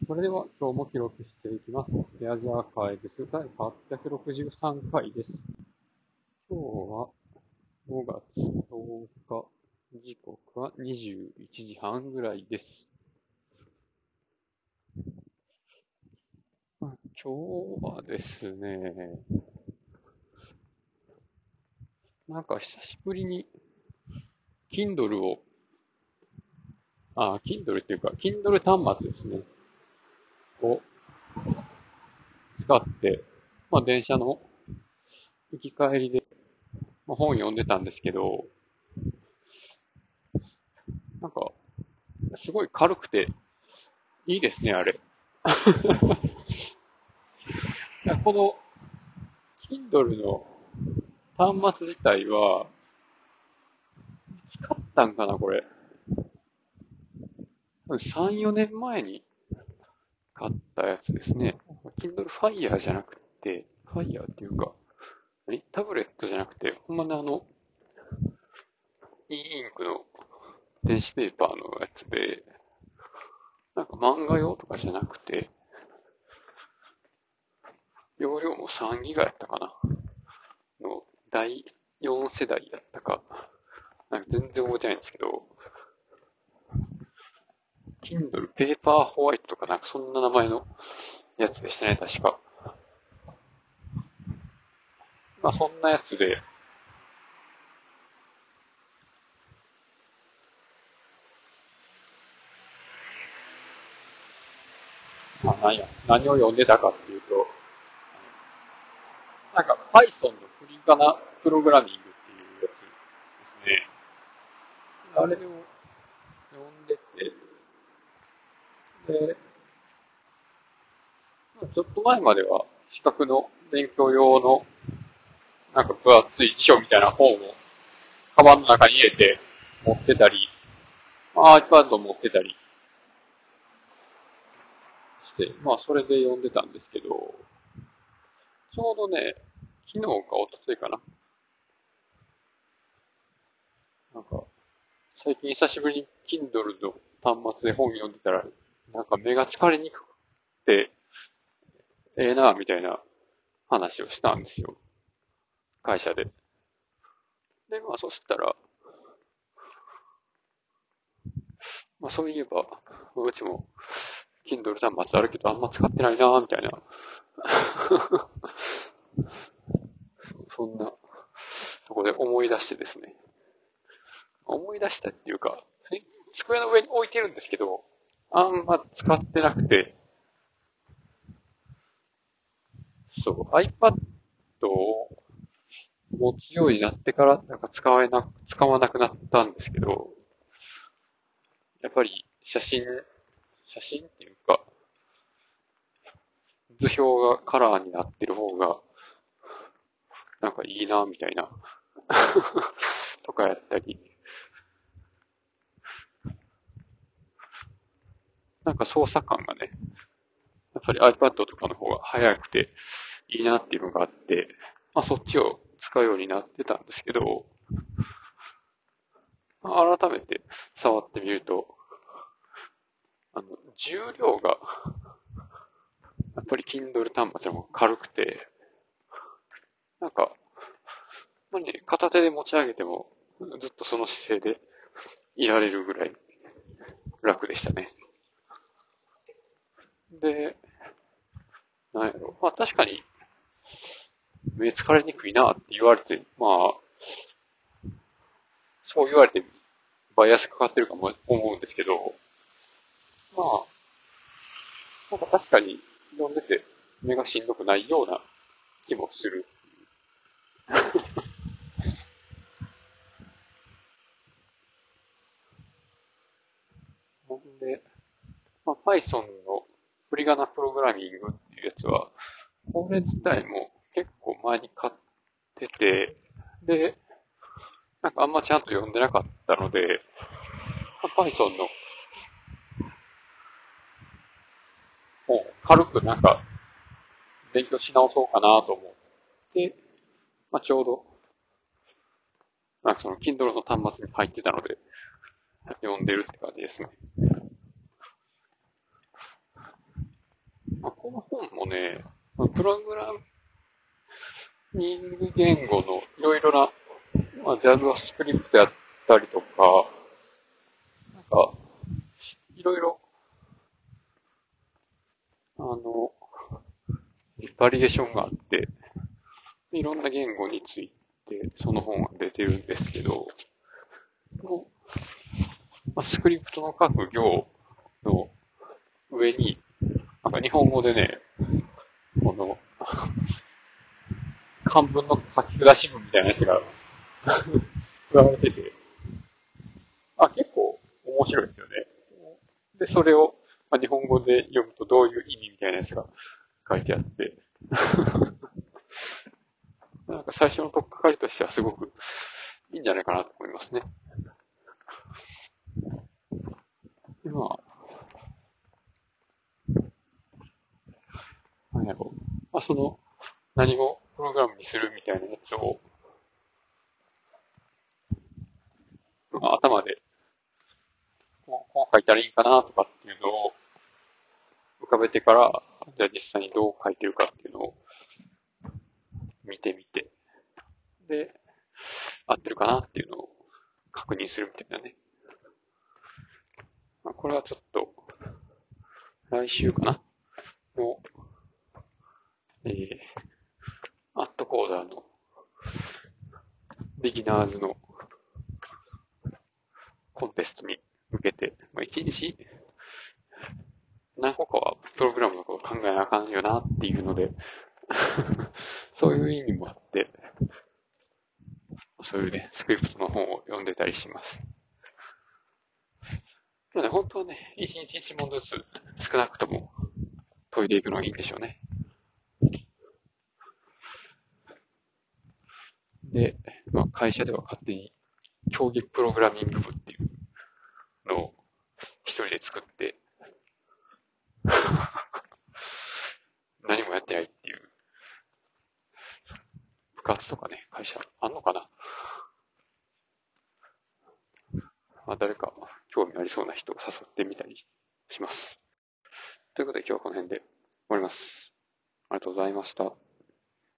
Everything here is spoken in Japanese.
それでは今日も記録していきます。エアジアーカイブス第863回です。今日は5月10日、時刻は21時半ぐらいです。今日はですね、なんか久しぶりに Kindle を、Kindle っていうか Kindle 端末ですね、を使って、電車の行き帰りで、本読んでたんですけど、なんかすごい軽くていいですね、あれ。この Kindle の端末自体は、使ったんかな、これ。3、4年前に買ったやつですね。Kindle Fire じゃなくて、Fire っていうか、タブレットじゃなくて、ほんまにe インクの電子ペーパーのやつで、なんか漫画用とかじゃなくて、容量も3ギガやったかな。の第4世代やったか。なんか全然覚えてないんですけど、Kindle ペーパーホワイトとかなんかそんな名前のやつでしたね、確か。そんなやつで、何を読んでたかっていうと、なんか Python のフリーカナプログラミングっていうやつですね。あれを読んでて、で、ちょっと前までは資格の勉強用のなんか分厚い辞書みたいな本をカバンの中に入れて持ってたり、iPad 持ってたりして、それで読んでたんですけど、ちょうどね、昨日か一昨日かな。なんか、最近久しぶりに Kindle の端末で本読んでたら、なんか目が疲れにくくて、ええなぁ、みたいな話をしたんですよ。会社で。で、そしたら、そういえば、うちも Kindle 端末あるけどあんま使ってないなぁ、みたいな。そんなとこで思い出してですね。思い出したっていうか、机の上に置いてるんですけど、あんま使ってなくて、そう、iPad を持つようになってから、なんか使わなくなったんですけど、やっぱり写真っていうか、図表がカラーになってる方が、なんかいいな、みたいな、とかやったり、なんか操作感がね、やっぱり iPad とかの方が早くていいなっていうのがあって、そっちを使うようになってたんですけど、改めて触ってみると、重量が、やっぱり Kindle 端末も軽くて、なんか、片手で持ち上げても、ずっとその姿勢でいられるぐらい楽でしたね。で、なんやろ。確かに、目疲れにくいなって言われて、そう言われてバイアスかかってるかも思うんですけど、まあ、なんか確かに読んでて目がしんどくないような気もする。ほんで、Python のフリガナプログラミングっていうやつは、これ自体も結構前に買ってて、で、なんかあんまちゃんと読んでなかったので、Python の本、軽くなんか勉強し直そうかなと思って、ちょうど、なんかその Kindle の端末に入ってたので、読んでるって感じですね。 この本もね、プログラミング言語のいろいろな、JavaScript やったりとか、なんか、いろいろ、あの、バリエーションがあって、いろんな言語について、その本が出てるんですけど、このスクリプトの書く行の上に、なんか日本語でね、この、漢文の書き下し文みたいなやつが加われてて、結構面白いですよね。で、それを、日本語で読むとどういう意味みたいなやつが書いてあって、なんか最初のとっかかりとしてはすごくいいんじゃないかなと思いますね。で、なんやろう。何をプログラムにするみたいなやつを、頭でこう書いたらいいかなとかっていうのを浮かべてから、じゃあ実際にどう書いてるかっていうのを見てみて、で、合ってるかなっていうのを確認するみたいなね。これはちょっと、来週かなの、アットコーダーのビギナーズのコンテストに向けて、一日何個かはプログラムのこと考えなあかんよなっていうのでそういう意味もあって、そういうね、スクリプトの本を読んでたりします。なので本当はね、一日一問ずつ少なくとも研いでいくのがいいんでしょうね。で、会社では勝手に競技プログラミング部っていうのを一人で作って何もやってないっていう部活とかね、会社あんのかな。誰か興味ありそうな人を誘ってみたりします。ということで今日はこの辺で終わります。ありがとうございました。